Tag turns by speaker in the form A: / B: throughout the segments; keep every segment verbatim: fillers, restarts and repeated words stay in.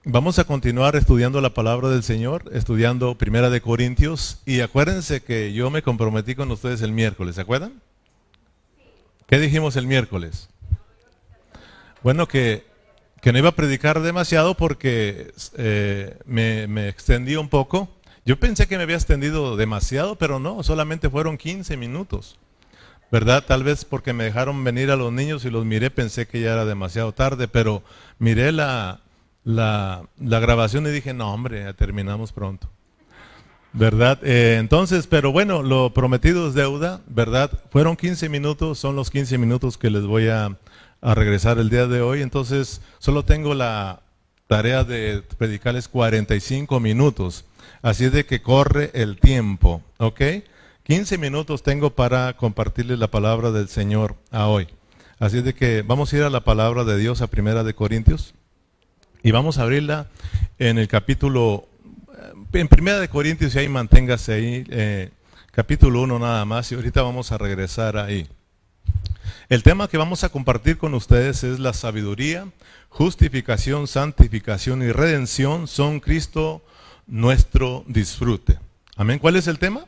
A: Vamos a continuar estudiando la palabra del Señor, estudiando Primera de Corintios. Y acuérdense que yo me comprometí con ustedes el miércoles, ¿se acuerdan? ¿Qué dijimos el miércoles? Bueno, que, que no iba a predicar demasiado porque eh, me, me extendí un poco. Yo pensé que me había extendido demasiado, pero no, solamente fueron quince minutos. ¿Verdad? Tal vez porque me dejaron venir a los niños y los miré, pensé que ya era demasiado tarde, pero miré la, la, la grabación y dije, no hombre, ya terminamos pronto. ¿Verdad? Eh, entonces, pero bueno, lo prometido es deuda, ¿verdad? Fueron quince minutos, son los quince minutos que les voy a, a regresar el día de hoy, entonces solo tengo la tarea de predicarles cuarenta y cinco minutos, así es de que corre el tiempo, ¿ok? quince minutos tengo para compartirles la palabra del Señor a hoy. Así es de que vamos a ir a la palabra de Dios a Primera de Corintios y vamos a abrirla en el capítulo, en Primera de Corintios, y ahí manténgase ahí, eh, capítulo uno nada más, y ahorita vamos a regresar ahí. El tema que vamos a compartir con ustedes es la sabiduría, justificación, santificación y redención son Cristo nuestro disfrute. Amén. ¿Cuál es el tema?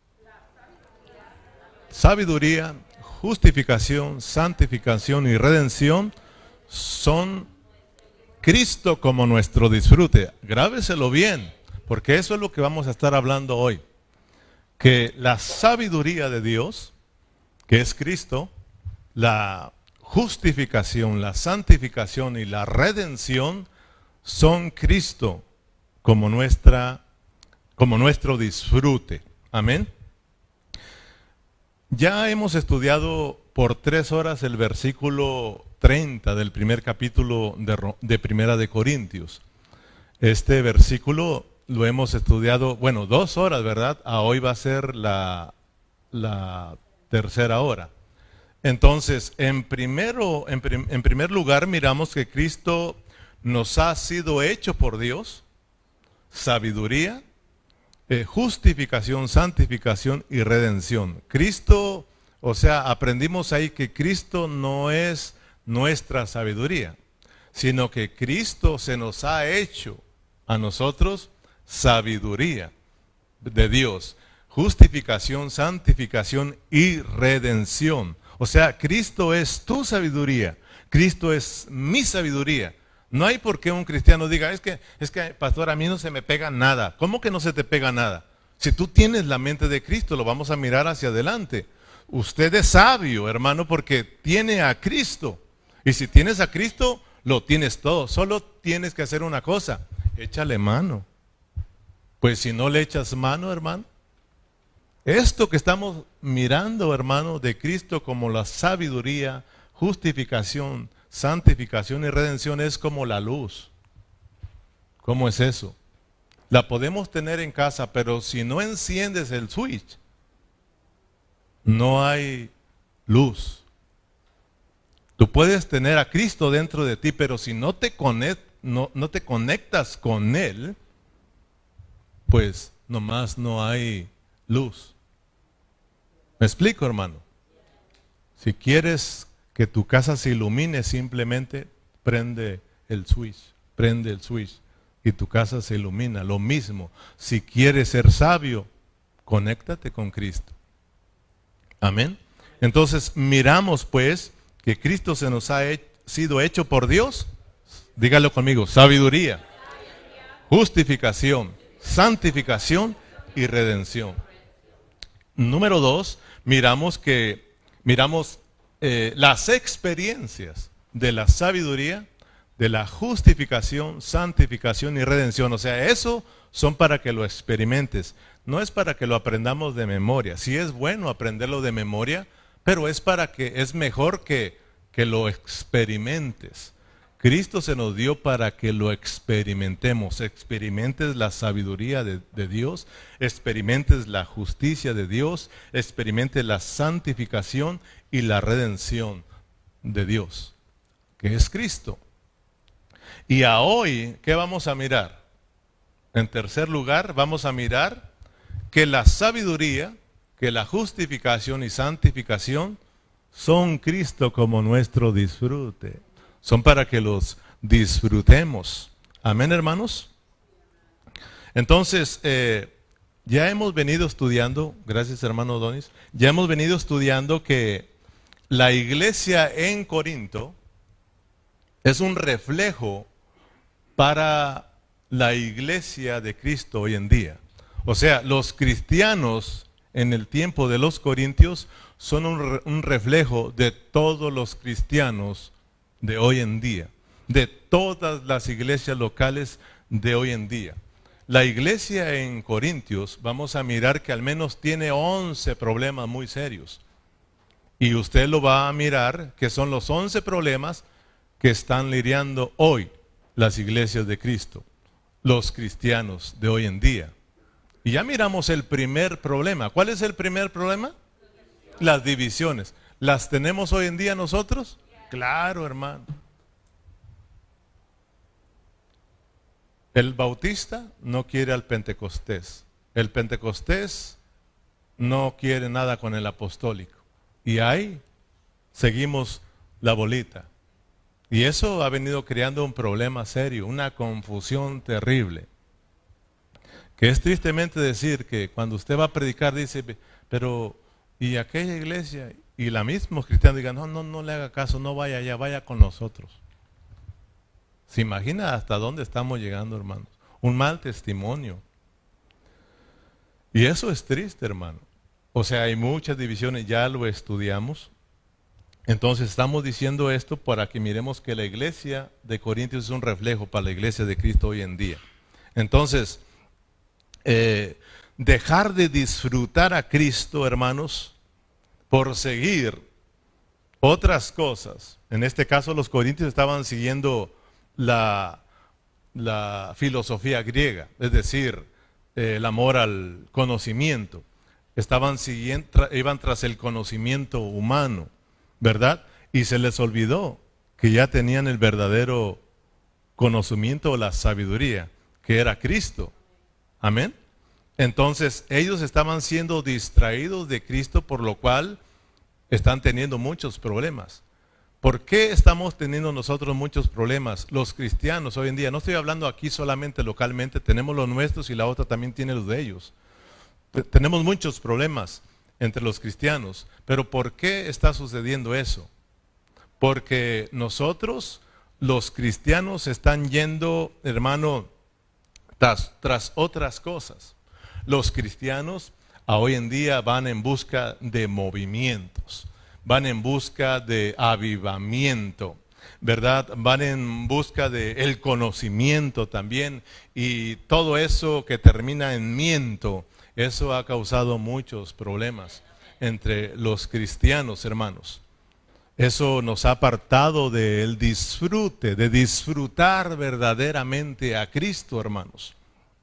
A: Sabiduría, justificación, santificación y redención son Cristo como nuestro disfrute. Grábeselo bien, porque eso es lo que vamos a estar hablando hoy. Que la sabiduría de Dios, que es Cristo, la justificación, la santificación y la redención son Cristo como nuestra, como nuestro disfrute. Amén. Ya hemos estudiado por tres horas el versículo treinta del primer capítulo de, de Primera de Corintios. Este versículo lo hemos estudiado, bueno, dos horas, ¿verdad? A hoy va a ser la, la tercera hora. Entonces, en, primero, en, prim, en primer lugar, miramos que Cristo nos ha sido hecho por Dios, sabiduría, Eh, justificación, santificación y redención. Cristo, o sea, aprendimos ahí que Cristo no es nuestra sabiduría, sino que Cristo se nos ha hecho a nosotros sabiduría de Dios, justificación, santificación y redención. O sea, Cristo es tu sabiduría, Cristo es mi sabiduría. No hay por qué un cristiano diga, es que, es que, pastor, a mí no se me pega nada. ¿Cómo que no se te pega nada? Si tú tienes la mente de Cristo, lo vamos a mirar hacia adelante. Usted es sabio, hermano, porque tiene a Cristo. Y si tienes a Cristo, lo tienes todo. Solo tienes que hacer una cosa, échale mano. Pues si no le echas mano, hermano, esto que estamos mirando, hermano, de Cristo como la sabiduría, justificación, santificación y redención es como la luz. ¿Cómo es eso? La podemos tener en casa, pero si no enciendes el switch, no hay luz. Tú puedes tener a Cristo dentro de ti, pero si no te, conect, no, no te conectas con Él, pues nomás no hay luz. ¿Me explico, hermano? Si quieres que tu casa se ilumine, simplemente prende el switch, prende el switch y tu casa se ilumina. Lo mismo, si quieres ser sabio, conéctate con Cristo. Amén. Entonces miramos pues que Cristo se nos ha he- sido hecho por Dios. Dígalo conmigo, sabiduría, justificación, santificación y redención. Número dos, miramos que miramos Eh, las experiencias de la sabiduría, de la justificación, santificación y redención. O sea, eso son para que lo experimentes. No es para que lo aprendamos de memoria. Sí es bueno aprenderlo de memoria, pero es para que es mejor que, que lo experimentes. Cristo se nos dio para que lo experimentemos. Experimentes la sabiduría de, de Dios, experimentes la justicia de Dios, experimentes la santificación y la redención de Dios, que es Cristo. Y a hoy, ¿qué vamos a mirar? En tercer lugar, vamos a mirar que la sabiduría, que la justificación y santificación son Cristo como nuestro disfrute. Son para que los disfrutemos. Amén, hermanos. Entonces, eh, ya hemos venido estudiando, gracias hermano Donis, ya hemos venido estudiando que la iglesia en Corinto es un reflejo para la iglesia de Cristo hoy en día. O sea, los cristianos en el tiempo de los corintios son un, un reflejo de todos los cristianos de hoy en día, de todas las iglesias locales de hoy en día. La iglesia en Corintios, vamos a mirar que al menos tiene once problemas muy serios. Y usted lo va a mirar que son los once problemas que están lidiando hoy las iglesias de Cristo, los cristianos de hoy en día. Y ya miramos el primer problema. ¿Cuál es el primer problema? Las divisiones. ¿Las tenemos hoy en día nosotros? Claro, hermano. El bautista no quiere al Pentecostés. El Pentecostés no quiere nada con el apostólico. Y ahí seguimos la bolita. Y eso ha venido creando un problema serio, una confusión terrible. Que es tristemente decir que cuando usted va a predicar dice, pero ¿y aquella iglesia? Y la misma cristiana diga, no, no, no le haga caso, no vaya allá, vaya con nosotros. ¿Se imagina hasta dónde estamos llegando, hermanos? Un mal testimonio. Y eso es triste, hermano. O sea, hay muchas divisiones, ya lo estudiamos. Entonces estamos diciendo esto para que miremos que la iglesia de Corintios es un reflejo para la iglesia de Cristo hoy en día. Entonces, eh, dejar de disfrutar a Cristo, hermanos, por seguir otras cosas. En este caso los corintios estaban siguiendo la, la filosofía griega, es decir, eh, el amor al conocimiento. Estaban siguiendo, tra, iban tras el conocimiento humano, ¿verdad? Y se les olvidó que ya tenían el verdadero conocimiento o la sabiduría, que era Cristo. Amén. Entonces ellos estaban siendo distraídos de Cristo, por lo cual están teniendo muchos problemas. ¿Por qué estamos teniendo nosotros muchos problemas? Los cristianos hoy en día, no estoy hablando aquí solamente localmente, tenemos los nuestros y la otra también tiene los de ellos. Tenemos muchos problemas entre los cristianos, pero ¿por qué está sucediendo eso? Porque nosotros, los cristianos, están yendo, hermano, tras, tras otras cosas. Los cristianos a hoy en día van en busca de movimientos, van en busca de avivamiento, ¿verdad? Van en busca de el conocimiento también, y todo eso que termina en miento, eso ha causado muchos problemas entre los cristianos, hermanos. Eso nos ha apartado del disfrute, de disfrutar verdaderamente a Cristo, hermanos.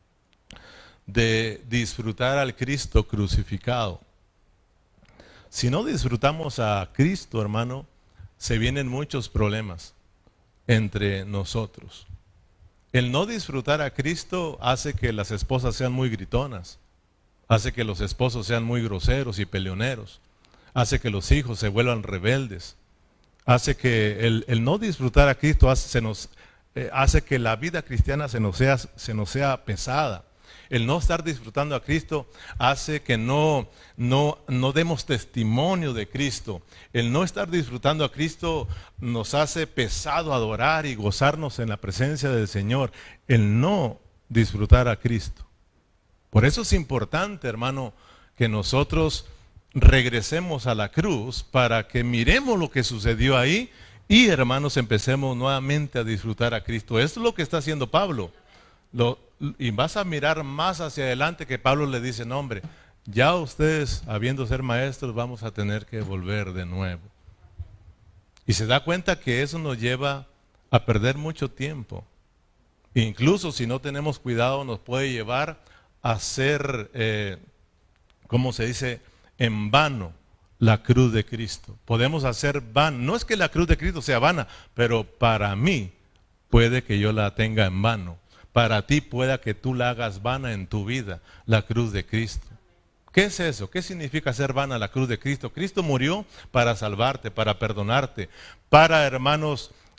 A: De disfrutar al Cristo crucificado. Si no disfrutamos a Cristo, hermano, se vienen muchos problemas entre nosotros. El no disfrutar a Cristo hace que las esposas sean muy gritonas, hace que los esposos sean muy groseros y peleoneros, hace que los hijos se vuelvan rebeldes, hace que el, el no disfrutar a Cristo hace, se nos, eh, hace que la vida cristiana se nos sea, se nos sea pesada. El no estar disfrutando a Cristo hace que no, no, no demos testimonio de Cristo. El no estar disfrutando a Cristo nos hace pesado adorar y gozarnos en la presencia del Señor. El no disfrutar a Cristo. Por eso es importante, hermano, que nosotros regresemos a la cruz para que miremos lo que sucedió ahí y, hermanos, empecemos nuevamente a disfrutar a Cristo. Esto es lo que está haciendo Pablo. Lo, y vas a mirar más hacia adelante que Pablo le dice, no hombre, ya ustedes, habiendo ser maestros, vamos a tener que volver de nuevo. Y se da cuenta que eso nos lleva a perder mucho tiempo. Incluso si no tenemos cuidado, nos puede llevar a ser, eh, ¿cómo se dice? En vano la cruz de Cristo. Podemos hacer vano. No es que la cruz de Cristo sea vana, pero para mí puede que yo la tenga en vano. Para ti pueda que tú la hagas vana en tu vida, la cruz de Cristo. ¿Qué es eso? ¿Qué significa hacer vana la cruz de Cristo? Cristo murió para salvarte, para perdonarte, para, hermanos,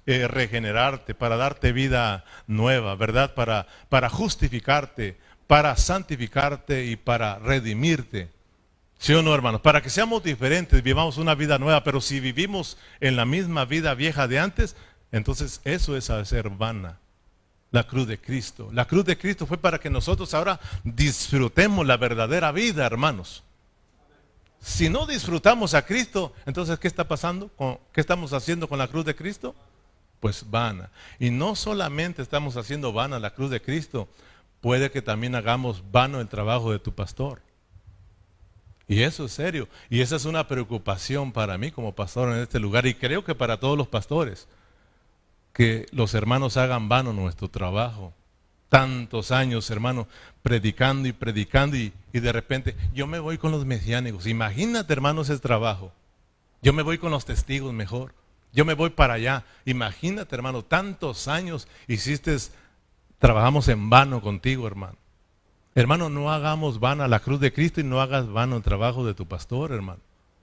A: eh, regenerarte, para darte vida nueva, ¿verdad? Para, para justificarte, para santificarte y para redimirte. ¿Sí o no, hermanos? Para que seamos diferentes, vivamos una vida nueva, pero si vivimos en la misma vida vieja de antes, entonces eso es hacer vana la cruz de Cristo. La cruz de Cristo fue para que nosotros ahora disfrutemos la verdadera vida, hermanos. Si no disfrutamos a Cristo, entonces ¿qué está pasando? ¿Qué estamos haciendo con la cruz de Cristo? Pues vana. Y no solamente estamos haciendo vana la cruz de Cristo, puede que también hagamos vano el trabajo de tu pastor. Y eso es serio. Y esa es una preocupación para mí como pastor en este lugar, y creo que para todos los pastores, que los hermanos hagan vano nuestro trabajo. Tantos años, hermano, predicando y predicando y, y de repente yo me voy con los mesiánicos. Imagínate, hermanos, ese trabajo. Yo me voy con los testigos mejor. Yo me voy para allá. Imagínate, hermano, tantos años hiciste, trabajamos en vano contigo, hermano. Hermano, no hagamos vana la cruz de Cristo y no hagas vano el trabajo de tu pastor, hermano.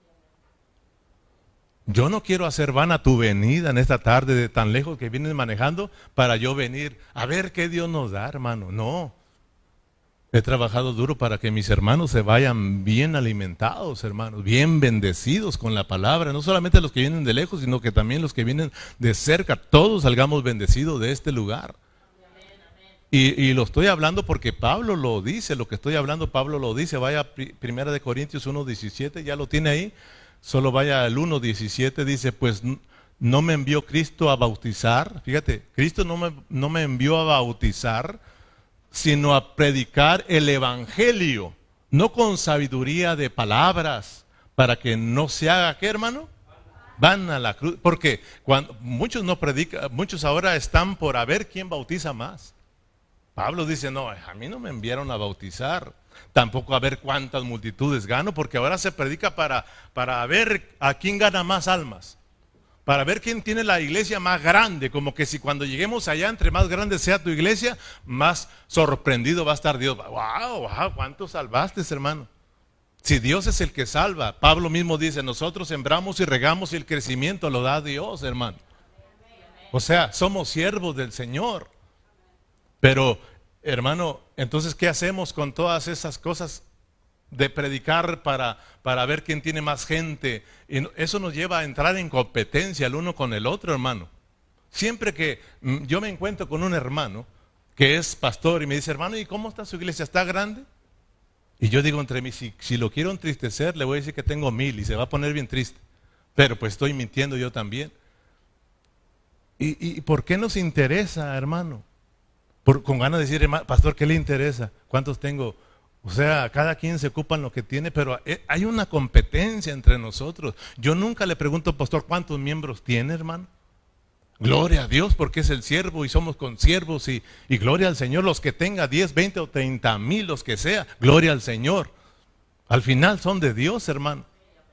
A: Yo no quiero hacer vana tu venida en esta tarde de tan lejos que vienes manejando para yo venir a ver qué Dios nos da, hermano. No. He trabajado duro para que mis hermanos se vayan bien alimentados, hermanos, bien bendecidos con la palabra. No solamente los que vienen de lejos, sino que también los que vienen de cerca. Todos salgamos bendecidos de este lugar. Y, y lo estoy hablando porque Pablo lo dice, lo que estoy hablando Pablo lo dice. Vaya a Primera de Corintios uno diecisiete, ya lo tiene ahí. Solo vaya al uno diecisiete, dice, pues no me envió Cristo a bautizar. Fíjate, Cristo no me, no me envió a bautizar, sino a predicar el evangelio, no con sabiduría de palabras, para que no se haga, ¿qué, hermano? Van a la cruz, porque cuando muchos no predican, muchos ahora están por a ver quién bautiza más. Pablo dice, no, a mí no me enviaron a bautizar, tampoco a ver cuántas multitudes gano, porque ahora se predica para, para ver a quién gana más almas, para ver quién tiene la iglesia más grande, como que si cuando lleguemos allá, entre más grande sea tu iglesia, más sorprendido va a estar Dios. Wow, wow, ¿cuántos salvaste, hermano? Si Dios es el que salva, Pablo mismo dice, nosotros sembramos y regamos y el crecimiento lo da Dios, hermano. O sea, somos siervos del Señor. Pero, hermano, entonces, ¿qué hacemos con todas esas cosas de predicar para, para ver quién tiene más gente? Y eso nos lleva a entrar en competencia el uno con el otro, hermano. Siempre que yo me encuentro con un hermano que es pastor y me dice, hermano, ¿y cómo está su iglesia? ¿Está grande? Y yo digo entre mí, si, si lo quiero entristecer, le voy a decir que tengo mil y se va a poner bien triste. Pero pues estoy mintiendo yo también. ¿Y, y por qué nos interesa, hermano? Por, con ganas de decir, pastor, ¿qué le interesa? ¿Cuántos tengo? O sea, cada quien se ocupa en lo que tiene, pero hay una competencia entre nosotros. Yo nunca le pregunto, pastor, ¿cuántos miembros tiene, hermano? Gloria a Dios, porque es el siervo y somos consiervos y, y gloria al Señor. Los que tenga diez, veinte o treinta mil, los que sea, gloria al Señor. Al final son de Dios, hermano.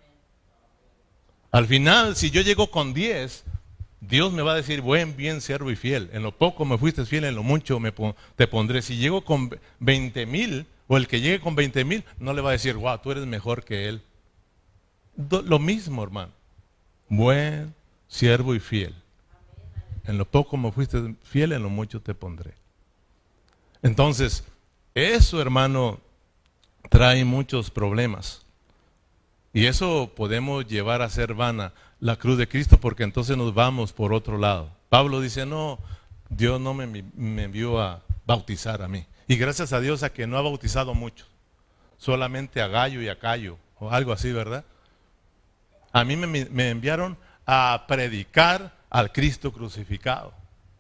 A: Al final, si yo llego con diez, Dios me va a decir, buen, bien, siervo y fiel. En lo poco me fuiste fiel, en lo mucho me te pondré. Si llego con veinte mil, o el que llegue con veinte mil, no le va a decir, wow, tú eres mejor que él. Do, lo mismo, hermano. Buen, siervo y fiel. En lo poco me fuiste fiel, en lo mucho te pondré. Entonces, eso, hermano, trae muchos problemas. Y eso podemos llevar a ser vana la cruz de Cristo, porque entonces nos vamos por otro lado. Pablo dice, no, Dios no me, me envió a bautizar a mí. Y gracias a Dios a que no ha bautizado mucho, solamente a Gallo y a Cayo, o algo así, ¿verdad? A mí me, me enviaron a predicar al Cristo crucificado,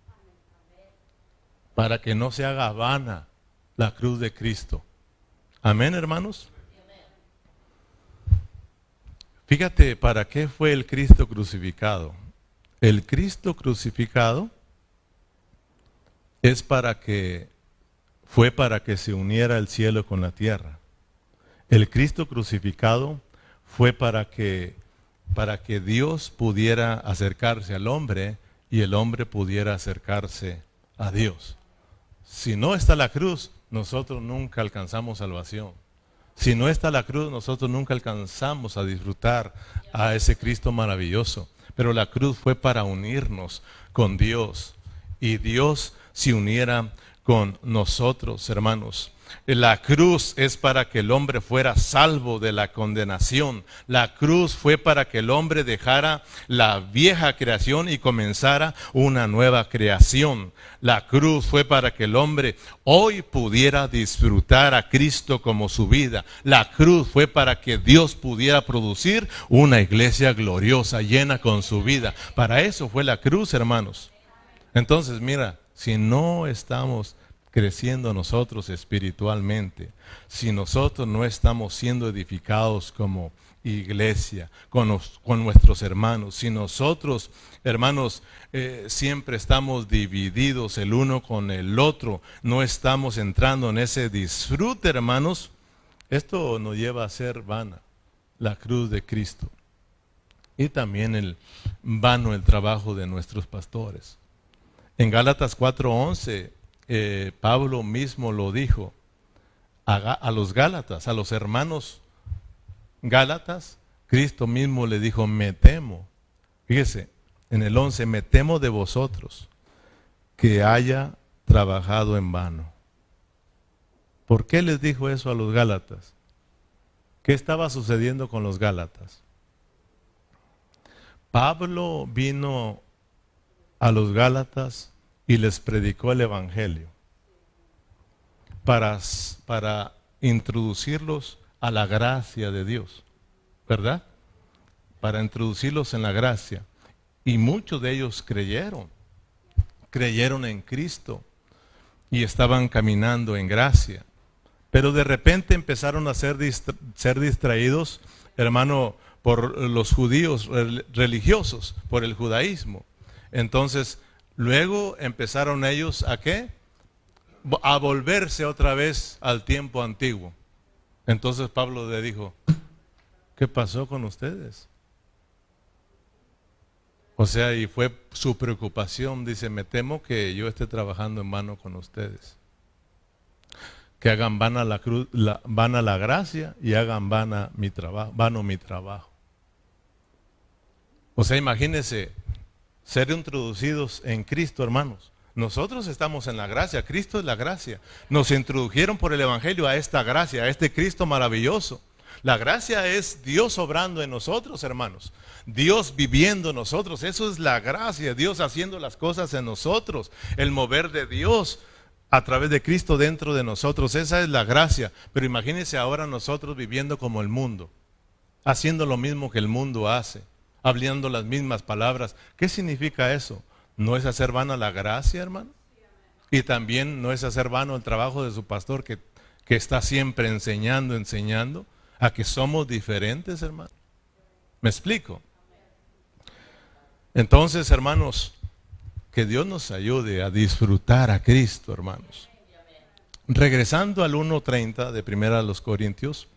A: para que no se haga vana la cruz de Cristo. Amén, hermanos. Fíjate, ¿para qué fue el Cristo crucificado? El Cristo crucificado es para que, fue para que se uniera el cielo con la tierra. El Cristo crucificado fue para que, para que Dios pudiera acercarse al hombre y el hombre pudiera acercarse a Dios. Si no está la cruz, nosotros nunca alcanzamos salvación. Si no está la cruz, nosotros nunca alcanzamos a disfrutar a ese Cristo maravilloso. pero la cruz fue para unirnos con Dios y Dios se uniera con nosotros, hermanos. La cruz es para que el hombre fuera salvo de la condenación. La cruz fue para que el hombre dejara la vieja creación y comenzara una nueva creación. La cruz fue para que el hombre hoy pudiera disfrutar a Cristo como su vida. La cruz fue para que Dios pudiera producir una iglesia gloriosa, llena con su vida. Para eso fue la cruz, hermanos. Entonces, mira, si no estamos creciendo nosotros espiritualmente, si nosotros no estamos siendo edificados como iglesia, con, los, con nuestros hermanos, si nosotros, hermanos, eh, siempre estamos divididos el uno con el otro, no estamos entrando en ese disfrute, hermanos, esto nos lleva a ser vana la cruz de Cristo y también el vano el trabajo de nuestros pastores. En Gálatas cuatro once, Eh, Pablo mismo lo dijo a, a los Gálatas, a los hermanos Gálatas, Cristo mismo le dijo, me temo, fíjese, en el once, me temo de vosotros que haya trabajado en vano. ¿Por qué les dijo eso a los Gálatas? ¿Qué estaba sucediendo con los Gálatas? Pablo vino a los Gálatas y les predicó el Evangelio para, para introducirlos a la gracia de Dios, ¿verdad? Para introducirlos en la gracia. Y muchos de ellos creyeron, creyeron en Cristo y estaban caminando en gracia. Pero de repente empezaron a ser, distra ser distraídos, hermano, por los judíos religiosos, por el judaísmo. Entonces, luego empezaron ellos a ¿qué? A volverse otra vez al tiempo antiguo. Entonces Pablo le dijo, ¿qué pasó con ustedes? O sea, y fue su preocupación, dice, me temo que yo esté trabajando en vano con ustedes. Que hagan vana la cruz, la, vana la gracia y hagan vana mi trabajo, vano mi trabajo. O sea, imagínense ser introducidos en Cristo, hermanos. Nosotros estamos en la gracia, Cristo es la gracia. Nos introdujeron por el Evangelio a esta gracia, a este Cristo maravilloso. La gracia es Dios obrando en nosotros, hermanos. Dios viviendo en nosotros, eso es la gracia. Dios haciendo las cosas en nosotros. El mover de Dios a través de Cristo dentro de nosotros, esa es la gracia. Pero imagínense ahora nosotros viviendo como el mundo, haciendo lo mismo que el mundo hace, hablando las mismas palabras. ¿Qué significa eso? ¿No es hacer vana la gracia, hermano? Y también no es hacer vano el trabajo de su pastor que, que está siempre enseñando, enseñando a que somos diferentes, hermano. ¿Me explico? Entonces, hermanos, que Dios nos ayude a disfrutar a Cristo, hermanos. Regresando al uno treinta de Primera de los Corintios,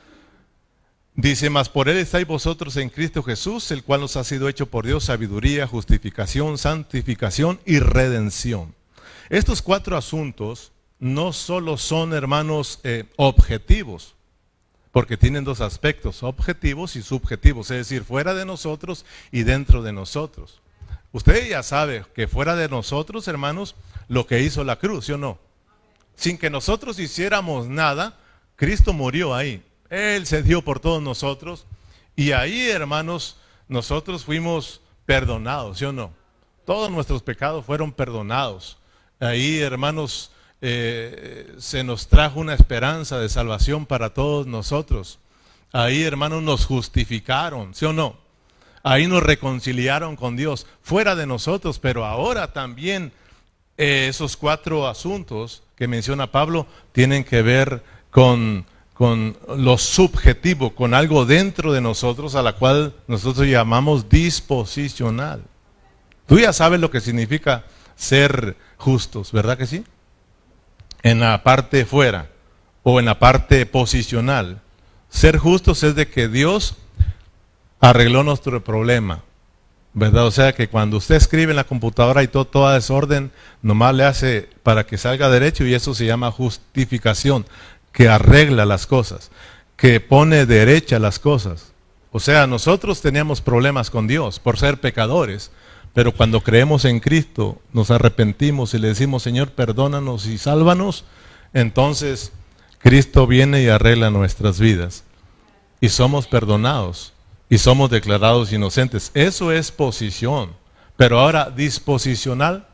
A: dice, mas por él estáis vosotros en Cristo Jesús, el cual nos ha sido hecho por Dios sabiduría, justificación, santificación y redención. Estos cuatro asuntos no solo son, hermanos, eh, objetivos, porque tienen dos aspectos, objetivos y subjetivos, es decir, fuera de nosotros y dentro de nosotros. Usted ya sabe que fuera de nosotros, hermanos, lo que hizo la cruz, ¿sí o no? Sin que nosotros hiciéramos nada, Cristo murió ahí. Él se dio por todos nosotros y ahí, hermanos, nosotros fuimos perdonados, ¿sí o no? Todos nuestros pecados fueron perdonados. Ahí, hermanos, eh, se nos trajo una esperanza de salvación para todos nosotros. Ahí, hermanos, nos justificaron, ¿sí o no? Ahí nos reconciliaron con Dios, fuera de nosotros, pero ahora también eh, esos cuatro asuntos que menciona Pablo tienen que ver con, con lo subjetivo, con algo dentro de nosotros a la cual nosotros llamamos disposicional. Tú ya sabes lo que significa ser justos, ¿verdad que sí? En la parte fuera o en la parte posicional. Ser justos es de que Dios arregló nuestro problema, ¿verdad? O sea que cuando usted escribe en la computadora y todo, toda desorden, nomás le hace para que salga derecho y eso se llama justificación, que arregla las cosas, que pone derecha las cosas. O sea, nosotros teníamos problemas con Dios por ser pecadores, pero cuando creemos en Cristo, nos arrepentimos y le decimos, Señor, perdónanos y sálvanos, entonces Cristo viene y arregla nuestras vidas. Y somos perdonados y somos declarados inocentes. Eso es posición. Pero ahora, disposicional,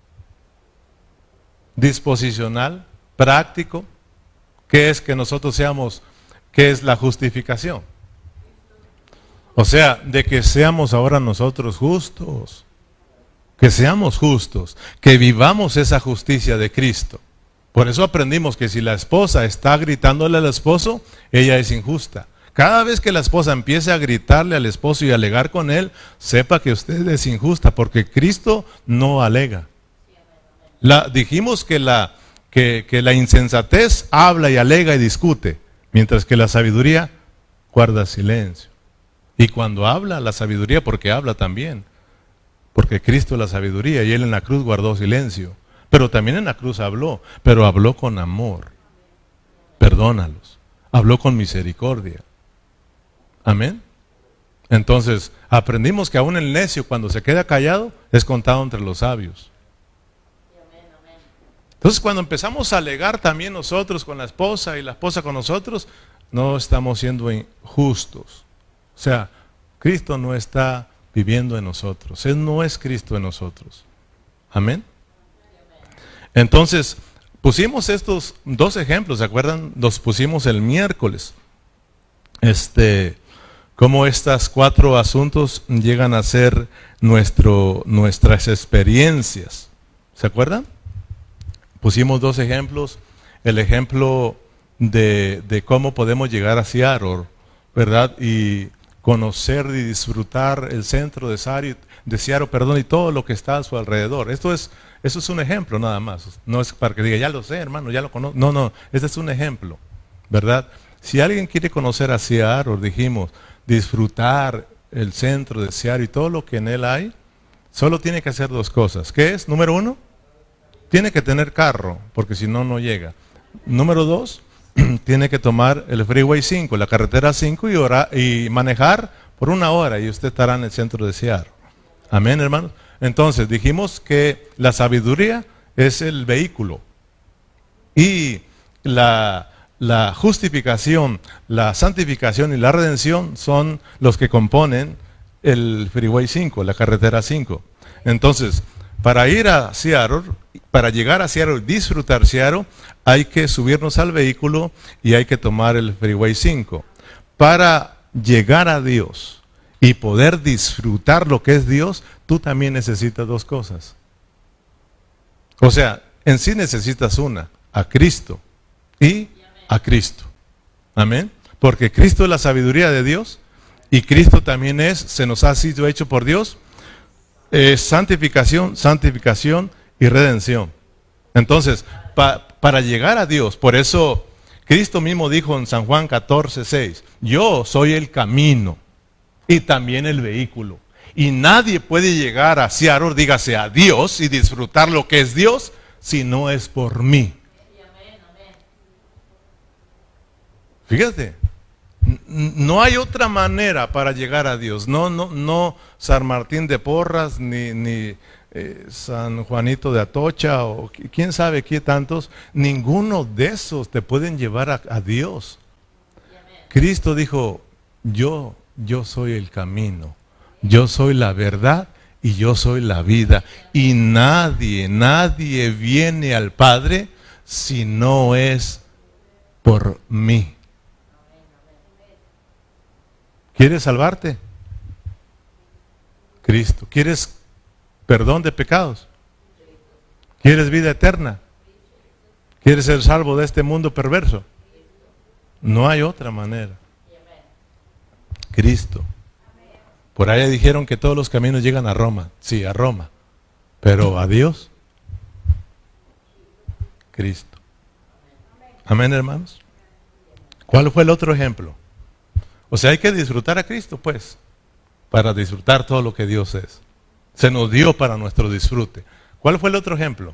A: disposicional, práctico, ¿qué es que nosotros seamos? ¿Qué es la justificación? O sea, de que seamos ahora nosotros justos, que seamos justos, que vivamos esa justicia de Cristo. Por eso aprendimos que si la esposa está gritándole al esposo, ella es injusta. Cada vez que la esposa empiece a gritarle al esposo y a alegar con él, sepa que usted es injusta, porque Cristo no alega. La, dijimos que la, que, que la insensatez habla y alega y discute, mientras que la sabiduría guarda silencio. Y cuando habla, la sabiduría, porque habla también, porque Cristo es la sabiduría y Él en la cruz guardó silencio, pero también en la cruz habló, pero habló con amor, perdónalos, habló con misericordia. Amén. Entonces, aprendimos que aún el necio cuando se queda callado es contado entre los sabios. Entonces, cuando empezamos a alegar también nosotros con la esposa y la esposa con nosotros, no estamos siendo injustos. O sea, Cristo no está viviendo en nosotros. Él no es Cristo en nosotros. Amén. Entonces, pusimos estos dos ejemplos, ¿se acuerdan? Los pusimos el miércoles. Este, cómo estos cuatro asuntos llegan a ser nuestro, nuestras experiencias. ¿Se acuerdan? Pusimos dos ejemplos. El ejemplo de, de cómo podemos llegar a Seattle, ¿verdad? Y conocer y disfrutar el centro de Seattle, de Seattle, perdón, y todo lo que está a su alrededor. Esto es, eso es un ejemplo nada más. No es para que diga, ya lo sé, hermano, ya lo conozco. No, no, este es un ejemplo, ¿verdad? Si alguien quiere conocer a Seattle, dijimos, disfrutar el centro de Seattle y todo lo que en él hay, solo tiene que hacer dos cosas. ¿Qué es? Número uno, tiene que tener carro, porque si no, no llega. Número dos, tiene que tomar el Freeway cinco, la carretera cinco y, orar, y manejar por una hora y usted estará en el centro de Seattle. Amén, hermanos. Entonces, dijimos que la sabiduría es el vehículo y la, la justificación, la santificación y la redención son los que componen el Freeway cinco, la carretera cinco. Entonces, para ir a Seattle, para llegar a Seattle, disfrutar Seattle, hay que subirnos al vehículo y hay que tomar el Freeway cinco. Para llegar a Dios y poder disfrutar lo que es Dios, tú también necesitas dos cosas. O sea, en sí necesitas una, a Cristo y a Cristo. Amén. Porque Cristo es la sabiduría de Dios y Cristo también es, se nos ha sido hecho por Dios, es santificación, santificación y redención. Entonces, pa, para llegar a Dios, por eso Cristo mismo dijo en San Juan catorce, seis, yo soy el camino y también el vehículo. Y nadie puede llegar a Seattle, dígase a Dios y disfrutar lo que es Dios, si no es por mí. Fíjate, no hay otra manera para llegar a Dios. No, no, no San Martín de Porras, ni, ni eh, San Juanito de Atocha, o quién sabe qué tantos. Ninguno de esos te pueden llevar a, a Dios. Cristo dijo, yo, yo soy el camino, yo soy la verdad y yo soy la vida. Y nadie, nadie viene al Padre si no es por mí. ¿Quieres salvarte? Cristo. ¿Quieres perdón de pecados? ¿Quieres vida eterna? ¿Quieres ser salvo de este mundo perverso? No hay otra manera. Cristo. Por ahí dijeron que todos los caminos llegan a Roma. Sí, a Roma. Pero a Dios, Cristo. Amén, hermanos. ¿Cuál fue el otro ejemplo? O sea, hay que disfrutar a Cristo, pues, para disfrutar todo lo que Dios es. Se nos dio para nuestro disfrute. ¿Cuál fue el otro ejemplo?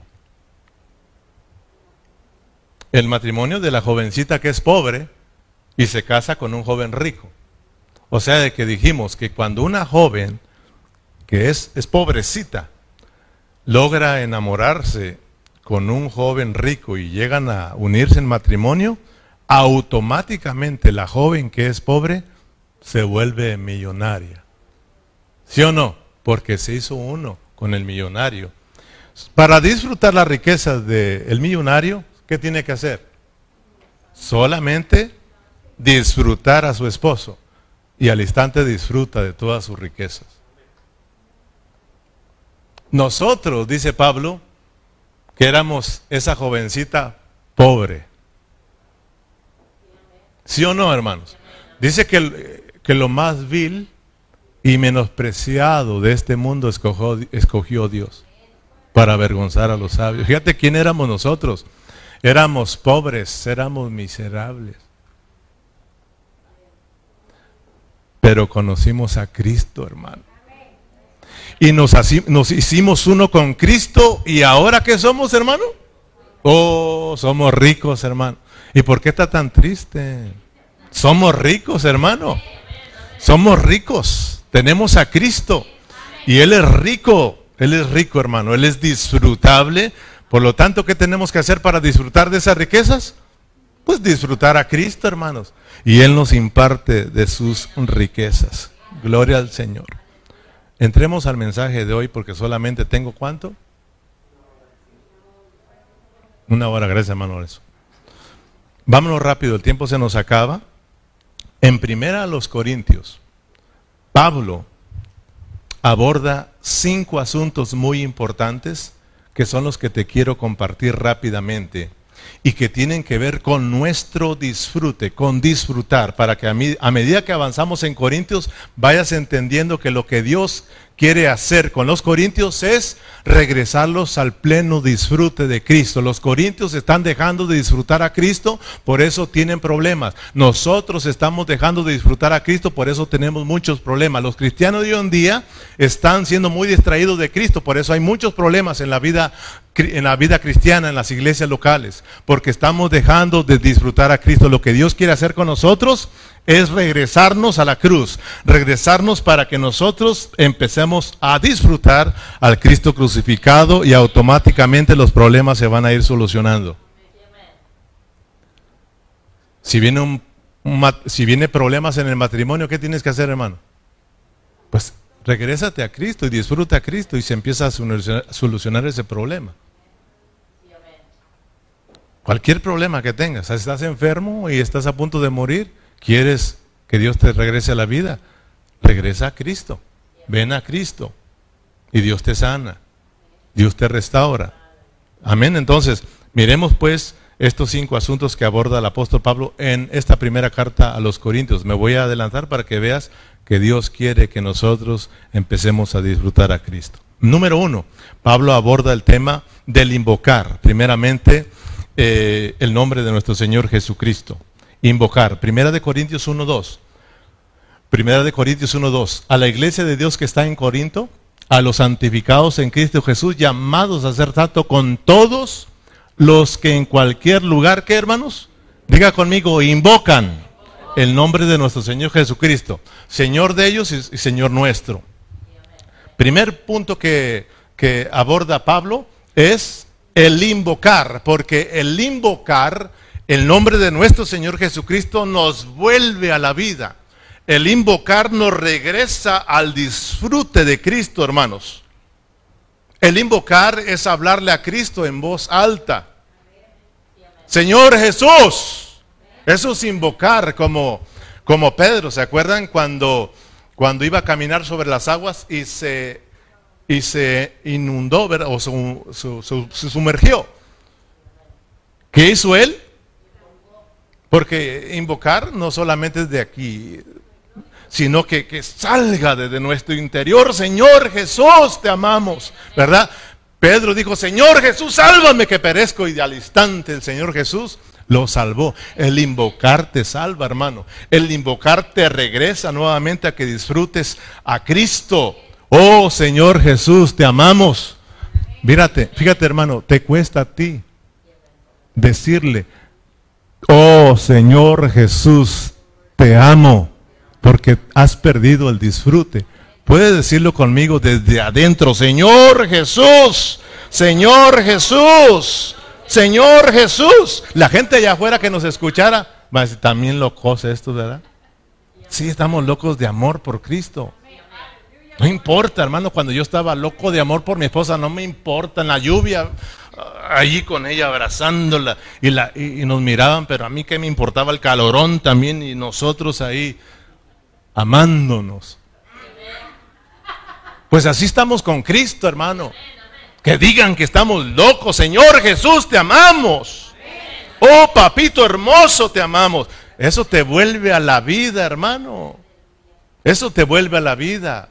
A: El matrimonio de la jovencita que es pobre y se casa con un joven rico. O sea, de que dijimos que cuando una joven que es, es pobrecita logra enamorarse con un joven rico y llegan a unirse en matrimonio, automáticamente la joven que es pobre se vuelve millonaria. ¿Sí o no? Porque se hizo uno con el millonario. Para disfrutar las riquezas del millonario, ¿qué tiene que hacer? Solamente disfrutar a su esposo. Y al instante disfruta de todas sus riquezas. Nosotros, dice Pablo, que éramos esa jovencita pobre. ¿Sí o no, hermanos? Dice que, que lo más vil y menospreciado de este mundo escogió, escogió Dios para avergonzar a los sabios. Fíjate quién éramos nosotros. Éramos pobres, éramos miserables. Pero conocimos a Cristo, hermano. Y nos, nos hicimos uno con Cristo. ¿Y ahora qué somos, hermano? Oh, somos ricos, hermano. ¿Y por qué está tan triste? Somos ricos, hermano. Somos ricos. Tenemos a Cristo. Y Él es rico. Él es rico, hermano. Él es disfrutable. Por lo tanto, ¿qué tenemos que hacer para disfrutar de esas riquezas? Pues disfrutar a Cristo, hermanos. Y Él nos imparte de sus riquezas. Gloria al Señor. Entremos al mensaje de hoy porque solamente tengo ¿cuánto? Una hora, gracias, hermano. Eso. Vámonos rápido, el tiempo se nos acaba. En primera a los Corintios, Pablo aborda cinco asuntos muy importantes que son los que te quiero compartir rápidamente y que tienen que ver con nuestro disfrute, con disfrutar, para que a, mí, a medida que avanzamos en Corintios vayas entendiendo que lo que Dios quiere hacer con los corintios es regresarlos al pleno disfrute de Cristo. Los corintios están dejando de disfrutar a Cristo, por eso tienen problemas. Nosotros estamos dejando de disfrutar a Cristo, por eso tenemos muchos problemas. Los cristianos de hoy en día están siendo muy distraídos de Cristo, por eso hay muchos problemas en la vida en la vida cristiana, en las iglesias locales, porque estamos dejando de disfrutar a Cristo. Lo que Dios quiere hacer con nosotros es regresarnos a la cruz, regresarnos para que nosotros empecemos a disfrutar al Cristo crucificado y automáticamente los problemas se van a ir solucionando. Si viene un, un si viene problemas en el matrimonio, ¿qué tienes que hacer, hermano? Pues regrésate a Cristo y disfruta a Cristo y se empieza a solucionar ese problema. Cualquier problema que tengas, estás enfermo y estás a punto de morir, ¿quieres que Dios te regrese a la vida? Regresa a Cristo, ven a Cristo y Dios te sana, Dios te restaura. Amén. Entonces, miremos pues estos cinco asuntos que aborda el apóstol Pablo en esta primera carta a los Corintios. Me voy a adelantar para que veas que Dios quiere que nosotros empecemos a disfrutar a Cristo. Número uno, Pablo aborda el tema del invocar, primeramente eh, el nombre de nuestro Señor Jesucristo. Invocar, primera de Corintios uno dos. Primera de Corintios uno dos. A la iglesia de Dios que está en Corinto, a los santificados en Cristo Jesús, llamados a ser santo con todos los que en cualquier lugar, ¿qué, hermanos? Diga conmigo, invocan el nombre de nuestro Señor Jesucristo, Señor de ellos y Señor nuestro. Primer punto que, que aborda Pablo es el invocar, porque el invocar el nombre de nuestro Señor Jesucristo nos vuelve a la vida. El invocar nos regresa al disfrute de Cristo, hermanos. El invocar es hablarle a Cristo en voz alta. Señor Jesús. Eso es invocar, como, como Pedro. ¿Se acuerdan cuando, cuando iba a caminar sobre las aguas y se, y se inundó, ¿verdad? O su, su, su, se sumergió? ¿Qué hizo él? Porque invocar no solamente es de aquí, sino que, que salga desde nuestro interior. Señor Jesús, te amamos, ¿verdad? Pedro dijo, Señor Jesús, sálvame que perezco. Y al instante el Señor Jesús lo salvó. El invocar te salva, hermano. El invocar te regresa nuevamente a que disfrutes a Cristo. Oh Señor Jesús, te amamos. Mírate, fíjate, hermano, te cuesta a ti decirle, oh Señor Jesús, te amo. porque has perdido el disfrute. Puedes decirlo conmigo desde adentro: Señor Jesús, Señor Jesús, Señor Jesús. La gente allá afuera que nos escuchara va a decir: también locos estos, ¿verdad? Sí, estamos locos de amor por Cristo. No importa, hermano, cuando yo estaba loco de amor por mi esposa, no me importa, en la lluvia, allí con ella abrazándola, y, la, y, y nos miraban, pero a mí que me importaba el calorón también, y nosotros ahí amándonos. Pues así estamos con Cristo, hermano. Que digan que estamos locos: Señor Jesús, te amamos. Oh, papito hermoso, te amamos. Eso te vuelve a la vida, hermano. Eso te vuelve a la vida.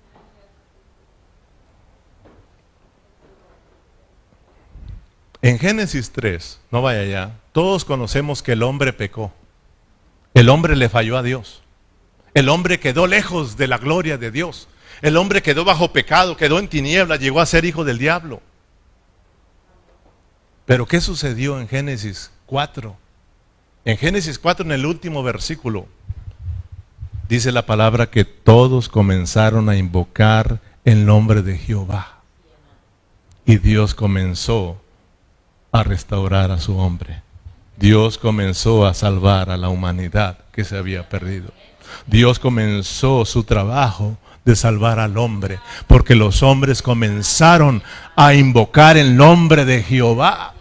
A: En Génesis tres, no vaya allá, todos conocemos que el hombre pecó. El hombre le falló a Dios. El hombre quedó lejos de la gloria de Dios. El hombre quedó bajo pecado, quedó en tinieblas, llegó a ser hijo del diablo. Pero ¿qué sucedió en Génesis cuatro? En Génesis cuatro, en el último versículo, dice la palabra que todos comenzaron a invocar el nombre de Jehová. Y Dios comenzó a restaurar a su hombre. Dios comenzó a salvar a la humanidad que se había perdido. Dios comenzó su trabajo de salvar al hombre, porque los hombres comenzaron a invocar el nombre de Jehová.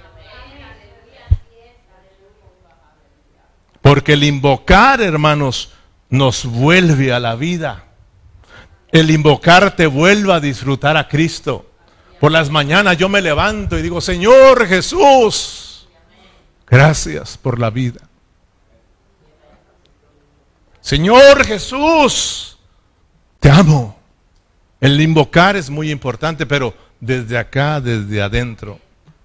A: Porque el invocar, hermanos, nos vuelve a la vida. El invocar te vuelve a disfrutar a Cristo. Por las mañanas yo me levanto y digo: Señor Jesús, gracias por la vida. Señor Jesús, te amo. El invocar es muy importante, pero desde acá, desde adentro.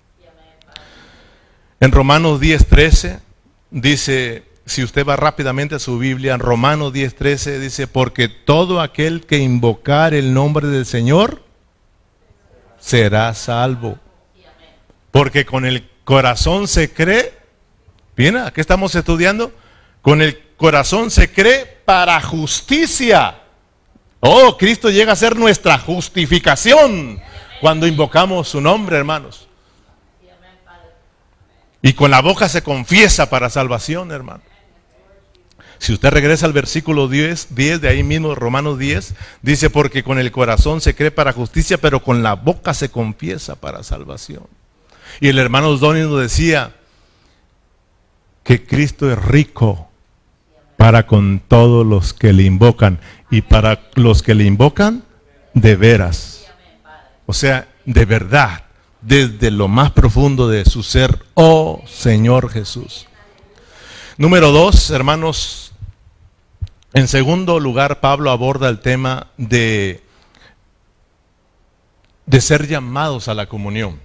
A: En Romanos diez trece dice, si usted va rápidamente a su Biblia, en Romanos diez trece dice: porque todo aquel que invocar el nombre del Señor será salvo. Porque con el corazón se cree. Bien, ¿qué estamos estudiando? Con el corazón se cree para justicia. Oh, Cristo llega a ser nuestra justificación cuando invocamos su nombre, hermanos. Y con la boca se confiesa para salvación, hermano. Si usted regresa al versículo diez, diez de ahí mismo, Romanos diez, dice: porque con el corazón se cree para justicia, pero con la boca se confiesa para salvación. Y el hermano Donnie nos decía que Cristo es rico para con todos los que le invocan, y para los que le invocan de veras. O sea, de verdad, desde lo más profundo de su ser. Oh Señor Jesús. Número dos, hermanos. En segundo lugar, Pablo aborda el tema de, de ser llamados a la comunión.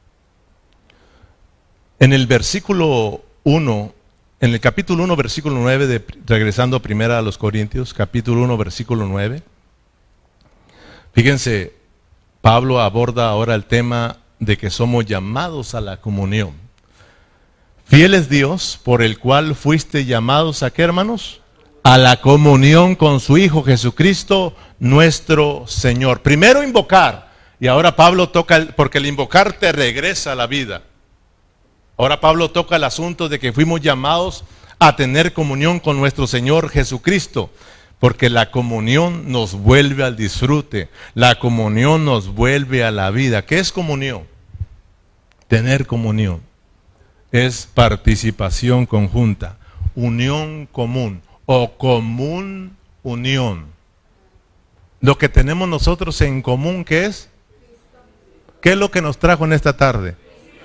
A: En el versículo uno, en el capítulo uno, versículo nueve, de, regresando primero a los Corintios, capítulo uno, versículo nueve. Fíjense, Pablo aborda ahora el tema de que somos llamados a la comunión. Fiel es Dios, por el cual fuiste llamados, ¿a qué, hermanos? A la comunión con su Hijo Jesucristo, nuestro Señor. Primero invocar, y ahora Pablo toca, el, porque el invocar te regresa a la vida. Ahora Pablo toca el asunto de que fuimos llamados a tener comunión con nuestro Señor Jesucristo, porque la comunión nos vuelve al disfrute, la comunión nos vuelve a la vida. ¿Qué es comunión? Tener comunión es participación conjunta, unión común, o común unión. Lo que tenemos nosotros en común, ¿qué es? ¿Qué es lo que nos trajo en esta tarde?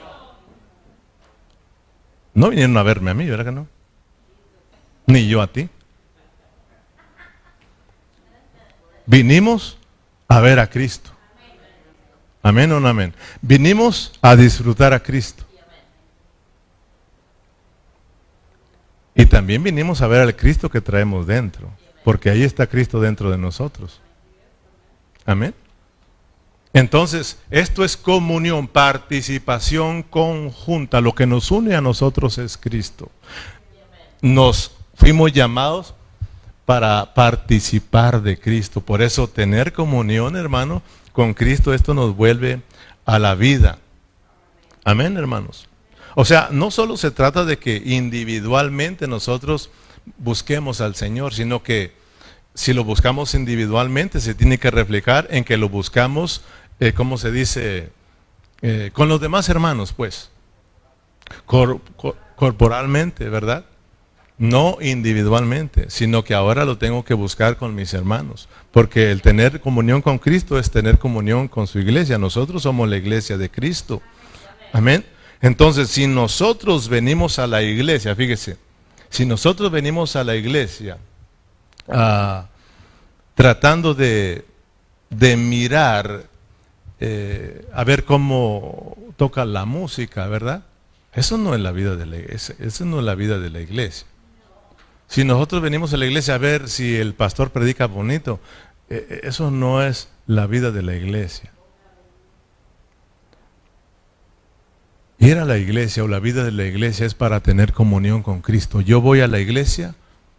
A: No vinieron a verme a mí, ¿verdad que no? Ni yo a ti. Vinimos a ver a Cristo. Amén o no amén. Vinimos a disfrutar a Cristo. Y también vinimos a ver al Cristo que traemos dentro, porque ahí está Cristo dentro de nosotros. Amén. Entonces, esto es comunión, participación conjunta. Lo que nos une a nosotros es Cristo. Nos fuimos llamados para participar de Cristo. Por eso tener comunión, hermano, con Cristo, esto nos vuelve a la vida. Amén, hermanos. O sea, no solo se trata de que individualmente nosotros busquemos al Señor, sino que si lo buscamos individualmente, se tiene que reflejar en que lo buscamos, eh, ¿cómo se dice? Eh, con los demás hermanos, pues. Cor, cor, corporalmente, ¿verdad? No individualmente, sino que ahora lo tengo que buscar con mis hermanos. Porque el tener comunión con Cristo es tener comunión con su iglesia. Nosotros somos la iglesia de Cristo. Amén. Entonces, si nosotros venimos a la iglesia, fíjese, si nosotros venimos a la iglesia uh, tratando de, de mirar, eh, a ver cómo toca la música, ¿verdad? Eso no es la vida de la iglesia. Eso no es la vida de la iglesia. Si nosotros venimos a la iglesia a ver si el pastor predica bonito, eh, eso no es la vida de la iglesia. Ir a la iglesia o la vida de la iglesia es para tener comunión con Cristo. Yo voy a la iglesia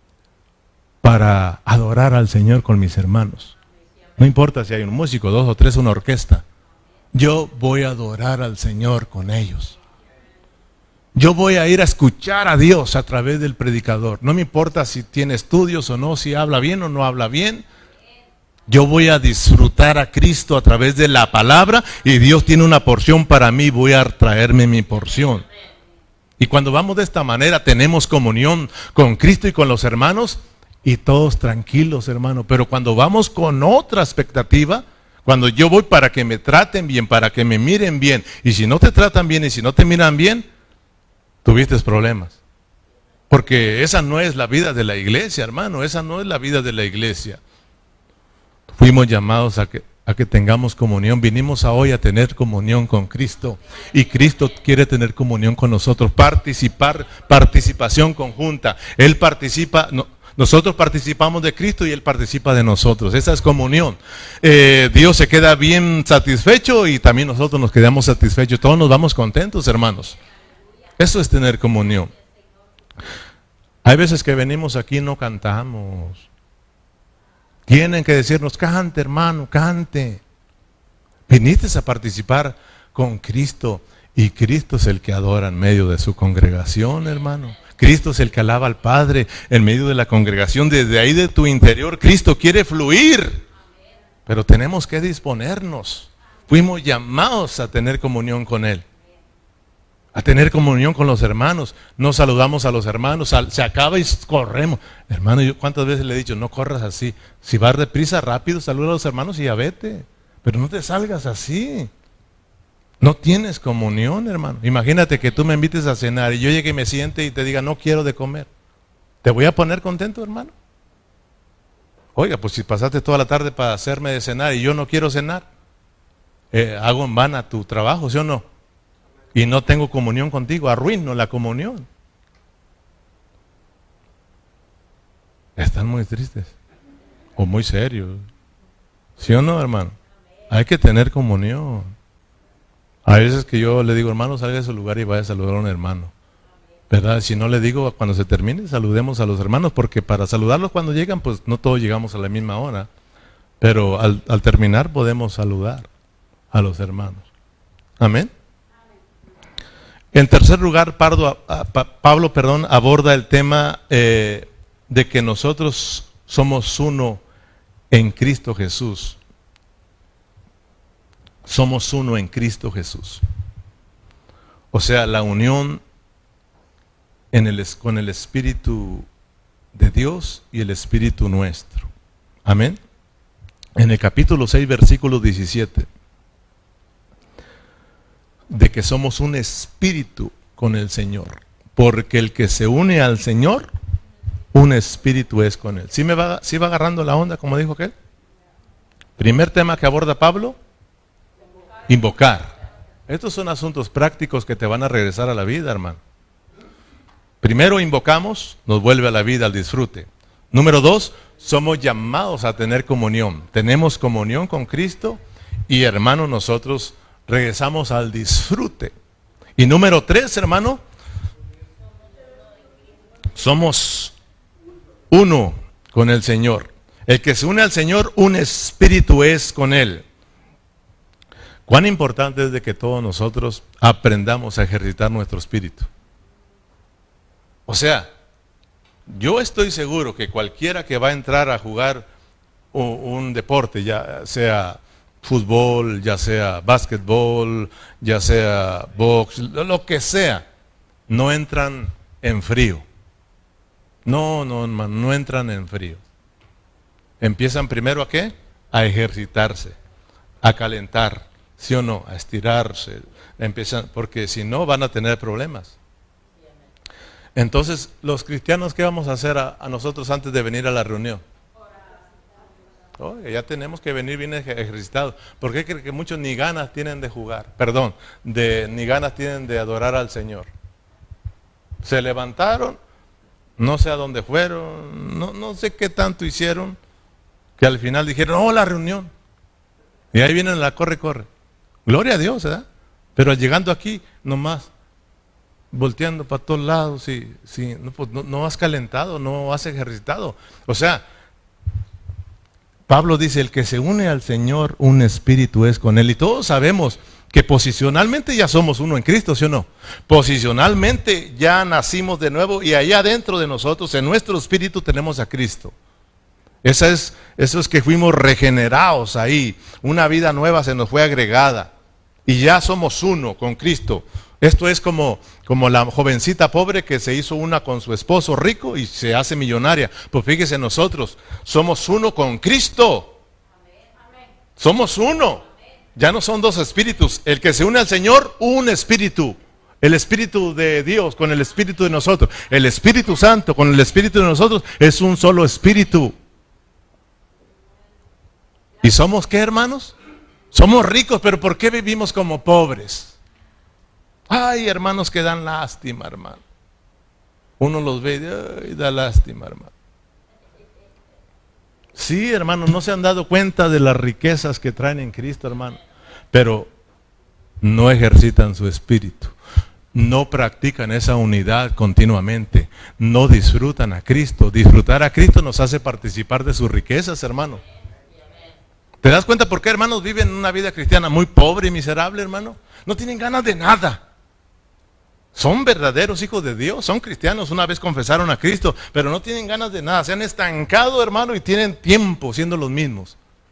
A: para adorar al Señor con mis hermanos. No importa si hay un músico, dos o tres, una orquesta. Yo voy a adorar al Señor con ellos. Yo voy a ir a escuchar a Dios a través del predicador. No me importa si tiene estudios o no, si habla bien o no habla bien. Yo voy a disfrutar a Cristo a través de la palabra y Dios tiene una porción para mí, voy a traerme mi porción. Y cuando vamos de esta manera tenemos comunión con Cristo y con los hermanos y todos tranquilos, hermano. Pero cuando vamos con otra expectativa, cuando yo voy para que me traten bien, para que me miren bien, y si no te tratan bien y si no te miran bien, tuviste problemas. Porque esa no es la vida de la iglesia, hermano, esa no es la vida de la iglesia. Fuimos llamados a que, a que tengamos comunión. Vinimos a hoy a tener comunión con Cristo. Y Cristo quiere tener comunión con nosotros. Participar, participación conjunta. Él participa, no, nosotros participamos de Cristo y Él participa de nosotros. Esa es comunión. Eh, Dios se queda bien satisfecho y también nosotros nos quedamos satisfechos. Todos nos vamos contentos, hermanos. Eso es tener comunión. Hay veces que venimos aquí y no cantamos. Tienen que decirnos, cante hermano, cante. Viniste a participar con Cristo y Cristo es el que adora en medio de su congregación, hermano. Cristo es el que alaba al Padre en medio de la congregación. Desde ahí de tu interior Cristo quiere fluir. Pero tenemos que disponernos. Fuimos llamados a tener comunión con Él. A tener comunión con los hermanos. No saludamos a los hermanos, se acaba y corremos. Hermano, yo cuántas veces le he dicho, no corras así. Si vas deprisa, rápido, saluda a los hermanos y ya vete. Pero no te salgas así. No tienes comunión, hermano. Imagínate que tú me invites a cenar y yo llegue y me siente y te diga, no quiero de comer. ¿Te voy a poner contento, hermano? Oiga, pues si pasaste toda la tarde para hacerme de cenar y yo no quiero cenar, eh, hago en vano tu trabajo, ¿sí o no? Y no tengo comunión contigo, arruino la comunión. Están muy tristes o muy serios. ¿Sí o no, hermano? Hay que tener comunión. Hay veces que yo le digo, hermano, salga de su lugar y vaya a saludar a un hermano. ¿Verdad? Si no le digo, cuando se termine, saludemos a los hermanos, porque para saludarlos cuando llegan, pues no todos llegamos a la misma hora. Pero al, al terminar podemos saludar a los hermanos. Amén. En tercer lugar, Pardo, a, a, Pablo perdón, aborda el tema eh, de que nosotros somos uno en Cristo Jesús. Somos uno en Cristo Jesús. O sea, la unión en el, con el Espíritu de Dios y el Espíritu nuestro. Amén. En el capítulo seis, versículo diecisiete. De que somos un espíritu con el Señor, porque el que se une al Señor, un espíritu es con Él. ¿Sí me va, sí va agarrando la onda, como dijo aquel? Primer tema que aborda Pablo, invocar. Estos son asuntos prácticos que te van a regresar a la vida, hermano. Primero invocamos, nos vuelve a la vida, al disfrute. Número dos, somos llamados a tener comunión. Tenemos comunión con Cristo y, hermano, nosotros regresamos al disfrute. Y número tres, hermano, somos uno con el Señor. El que se une al Señor, un espíritu es con Él. Cuán importante es de que todos nosotros aprendamos a ejercitar nuestro espíritu. O sea, yo estoy seguro que cualquiera que va a entrar a jugar un, un deporte, ya sea fútbol, ya sea básquetbol, ya sea box, lo que sea, no entran en frío. No, no, hermano, no entran en frío. Empiezan primero ¿a qué? A ejercitarse, a calentar, ¿sí o no? A estirarse. Empiezan, porque si no van a tener problemas. Entonces, los cristianos, ¿qué vamos a hacer a, a nosotros antes de venir a la reunión? Oh, ya tenemos que venir bien ejercitados. ¿Por qué creen que muchos ni ganas tienen de jugar? Perdón, de, ni ganas tienen de adorar al Señor. Se levantaron, no sé a dónde fueron, no, no sé qué tanto hicieron, que al final dijeron, oh, la reunión. Y ahí vienen la corre, corre. Gloria a Dios, ¿verdad? Pero llegando aquí, nomás, volteando para todos lados, y, sí, no, pues, no, no has calentado, no has ejercitado. O sea, Pablo dice, el que se une al Señor, un espíritu es con Él. Y todos sabemos que posicionalmente ya somos uno en Cristo, ¿sí o no? Posicionalmente ya nacimos de nuevo y allá dentro de nosotros, en nuestro espíritu, tenemos a Cristo. Esa es, eso es que fuimos regenerados ahí. Una vida nueva se nos fue agregada. Y ya somos uno con Cristo. Esto es como, como la jovencita pobre que se hizo una con su esposo rico y se hace millonaria. Pues fíjese, nosotros somos uno con Cristo. Somos uno. Ya no son dos espíritus. El que se une al Señor, un espíritu. El Espíritu de Dios con el Espíritu de nosotros. El Espíritu Santo con el Espíritu de nosotros es un solo espíritu. ¿Y somos qué, hermanos? Somos ricos, pero ¿por qué vivimos como pobres? Ay, hermanos que dan lástima, hermano. Uno los ve y ay, da lástima, hermano. Sí, hermano, no se han dado cuenta de las riquezas que traen en Cristo, hermano. Pero no ejercitan su espíritu. No practican esa unidad continuamente. No disfrutan a Cristo. Disfrutar a Cristo nos hace participar de sus riquezas, hermano. ¿Te das cuenta por qué, hermanos, viven una vida cristiana muy pobre y miserable, hermano? No tienen ganas de nada. Son verdaderos hijos de Dios, son cristianos, una vez confesaron a Cristo, pero no tienen ganas de nada. Se han estancado, hermano, y tienen tiempo siendo los mismos.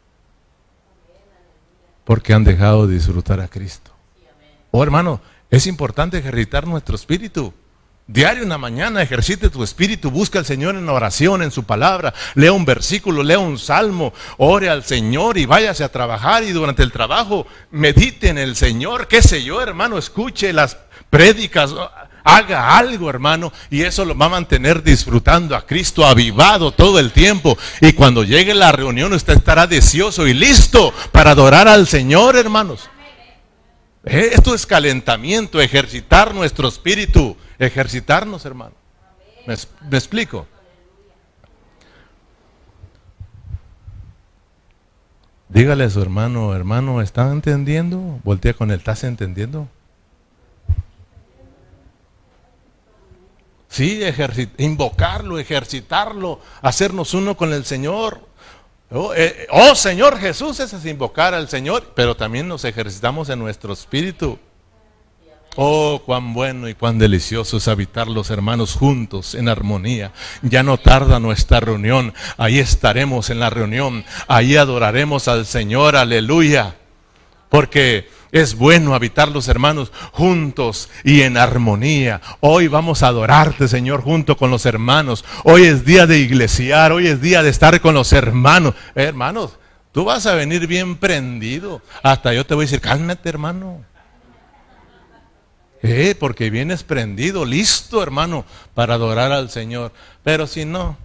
A: Porque han dejado de disfrutar a Cristo. Oh, hermano, es importante ejercitar nuestro espíritu. Diario en la mañana ejercite tu espíritu, busca al Señor en oración, en su palabra, lea un versículo, lea un salmo, ore al Señor y váyase a trabajar, y durante el trabajo medite en el Señor, qué sé yo, hermano, escuche las prédicas, haga algo, hermano, y eso lo va a mantener disfrutando a Cristo, avivado todo el tiempo, y cuando llegue la reunión usted estará deseoso y listo para adorar al Señor, hermanos. Esto es calentamiento, ejercitar nuestro espíritu, ejercitarnos, hermano. ¿Me, me explico? Dígale a su hermano, hermano, ¿están entendiendo? Voltea con él, ¿estás entendiendo? Sí, ejercit- invocarlo, ejercitarlo, hacernos uno con el Señor. Oh, eh, oh Señor Jesús, ese es invocar al Señor, pero también nos ejercitamos en nuestro espíritu. Oh, cuán bueno y cuán delicioso es habitar los hermanos juntos en armonía. Ya no tarda nuestra reunión, ahí estaremos en la reunión, ahí adoraremos al Señor, aleluya. Porque es bueno habitar los hermanos juntos y en armonía. Hoy vamos a adorarte, Señor, junto con los hermanos. Hoy es día de iglesiar, hoy es día de estar con los hermanos. Eh, hermanos, tú vas a venir bien prendido. Hasta yo te voy a decir, cálmate, hermano. Eh, porque vienes prendido, listo, hermano, para adorar al Señor. Pero si no,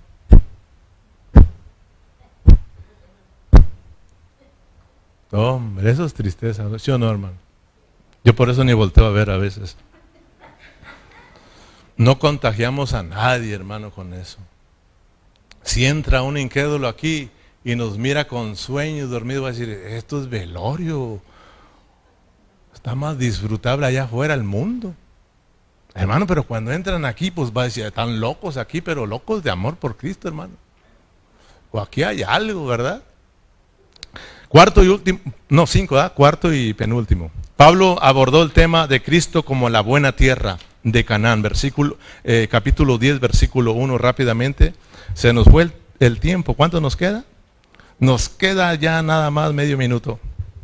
A: hombre, eso es tristeza, ¿sí o no, hermano? Yo por eso ni volteo a ver a veces. No contagiamos a nadie, hermano, con eso. Si entra un incrédulo aquí y nos mira con sueño y dormido, va a decir, esto es velorio. Está más disfrutable allá afuera el mundo. Hermano, pero cuando entran aquí, pues va a decir, están locos aquí, pero locos de amor por Cristo, hermano. o aquí hay algo, ¿verdad? Cuarto y último, no, cinco, ¿verdad? Cuarto y penúltimo. Pablo abordó el tema de Cristo como la buena tierra de Canaán, versículo, eh, capítulo diez, versículo uno, rápidamente. Se nos fue el, el tiempo. ¿Cuánto nos queda? Nos queda ya nada más medio minuto.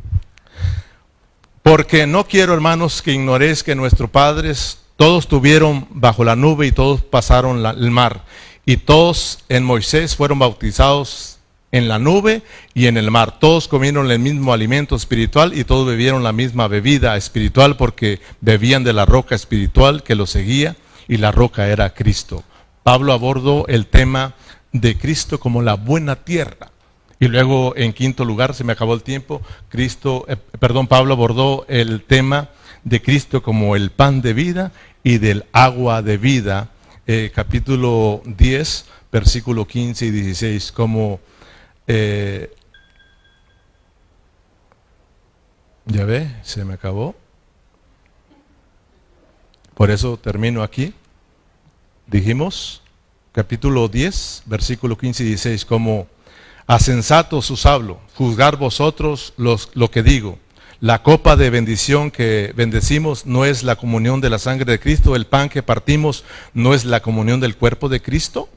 A: Porque no quiero, hermanos, que ignoréis que nuestros padres todos tuvieron bajo la nube y todos pasaron la, el mar. Y todos en Moisés fueron bautizados en la nube y en el mar. Todos comieron el mismo alimento espiritual y todos bebieron la misma bebida espiritual porque bebían de la roca espiritual que los seguía y la roca era Cristo. Pablo abordó el tema de Cristo como la buena tierra. Y luego, en quinto lugar, se me acabó el tiempo, Cristo, eh, perdón, Pablo abordó el tema de Cristo como el pan de vida y del agua de vida, eh, capítulo diez, versículo quince y dieciséis, como, eh, ya ve, se me acabó. Por eso termino aquí. Dijimos, capítulo diez, versículo quince y dieciséis, como a sensatos os hablo, juzgar vosotros los, lo que digo. La copa de bendición que bendecimos no es la comunión de la sangre de Cristo, el pan que partimos no es la comunión del cuerpo de Cristo.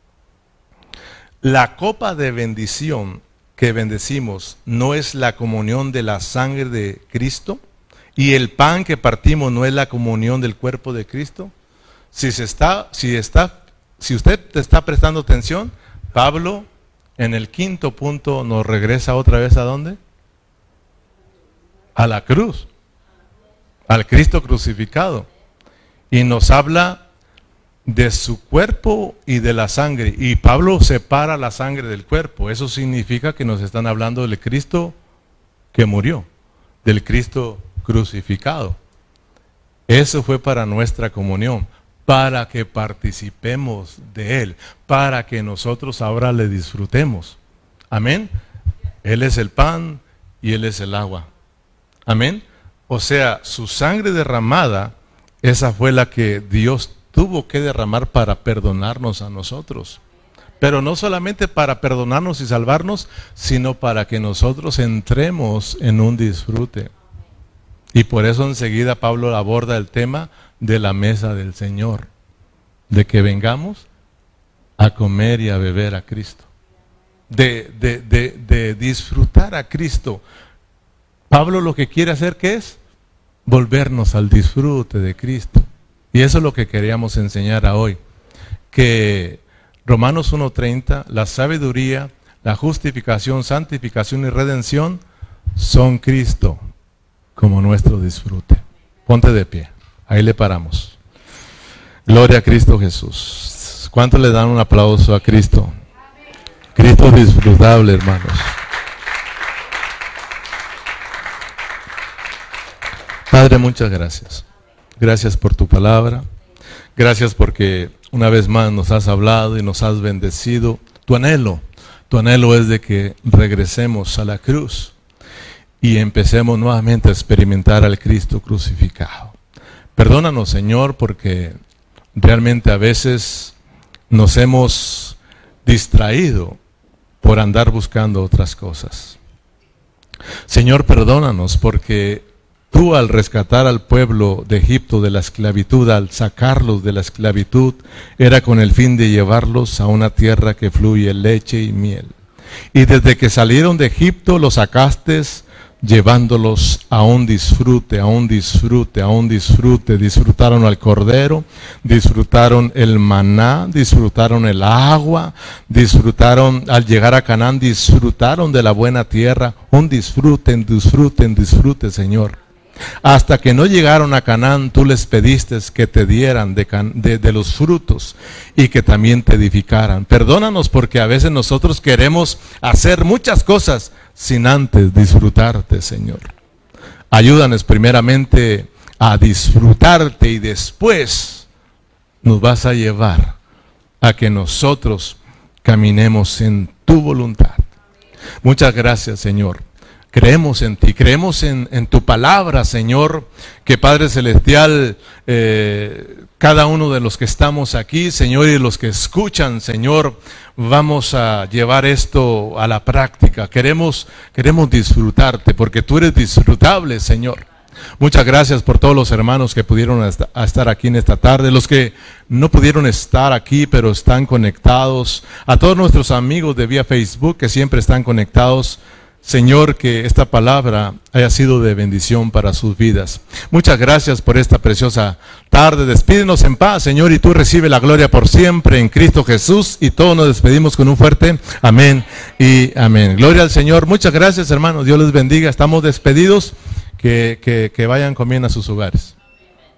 A: La copa de bendición que bendecimos no es la comunión de la sangre de Cristo, y el pan que partimos no es la comunión del cuerpo de Cristo. Si se está, si está, si usted está prestando atención, Pablo en el quinto punto nos regresa otra vez ¿a dónde? A la cruz, al Cristo crucificado, y nos habla de su cuerpo y de la sangre, y Pablo separa la sangre del cuerpo. Eso significa que nos están hablando del Cristo que murió, del Cristo crucificado. Eso fue para nuestra comunión, para que participemos de Él, para que nosotros ahora le disfrutemos. Amén. Él es el pan y Él es el agua. Amén. O sea, su sangre derramada, esa fue la que Dios tuvo que derramar para perdonarnos a nosotros. Pero no solamente para perdonarnos y salvarnos, sino para que nosotros entremos en un disfrute. Y por eso enseguida Pablo aborda el tema de la mesa del Señor, de que vengamos a comer y a beber a Cristo, de, de, de, de disfrutar a Cristo. Pablo lo que quiere hacer, ¿qué es? Volvernos al disfrute de Cristo. Y eso es lo que queríamos enseñar a hoy, que Romanos uno treinta, la sabiduría, la justificación, santificación y redención son Cristo como nuestro disfrute. Ponte de pie. Ahí le paramos. Gloria a Cristo Jesús. ¿Cuánto le dan un aplauso a Cristo? Cristo disfrutable, hermanos. Padre, muchas gracias. Gracias por tu palabra. Gracias porque una vez más nos has hablado y nos has bendecido. Tu anhelo, tu anhelo es de que regresemos a la cruz y empecemos nuevamente a experimentar al Cristo crucificado. Perdónanos, Señor, porque realmente a veces nos hemos distraído por andar buscando otras cosas. Señor, perdónanos porque tú, al rescatar al pueblo de Egipto de la esclavitud, al sacarlos de la esclavitud, era con el fin de llevarlos a una tierra que fluye leche y miel. Y desde que salieron de Egipto los sacaste llevándolos a un disfrute, a un disfrute, a un disfrute. Disfrutaron al cordero, disfrutaron el maná, disfrutaron el agua, disfrutaron al llegar a Canaán, disfrutaron de la buena tierra. Un disfrute, un disfrute, un disfrute, Señor. Hasta que no llegaron a Canaán, tú les pediste que te dieran de, de, de los frutos y que también te edificaran. Perdónanos porque a veces nosotros queremos hacer muchas cosas sin antes disfrutarte, Señor. Ayúdanos primeramente a disfrutarte y después nos vas a llevar a que nosotros caminemos en tu voluntad. Muchas gracias, Señor. Creemos en ti, creemos en, en tu palabra, Señor, que Padre Celestial, eh, cada uno de los que estamos aquí, Señor, y los que escuchan, Señor, vamos a llevar esto a la práctica. Queremos, queremos disfrutarte, porque tú eres disfrutable, Señor. Muchas gracias por todos los hermanos que pudieron estar aquí en esta tarde, los que no pudieron estar aquí pero están conectados, a todos nuestros amigos de vía Facebook que siempre están conectados. Señor, que esta palabra haya sido de bendición para sus vidas. Muchas gracias por esta preciosa tarde. Despídenos en paz, Señor, y tú recibe la gloria por siempre en Cristo Jesús. Y todos nos despedimos con un fuerte amén y amén. Gloria al Señor. Muchas gracias, hermanos. Dios les bendiga. Estamos despedidos. Que, que, que vayan comiendo a sus hogares.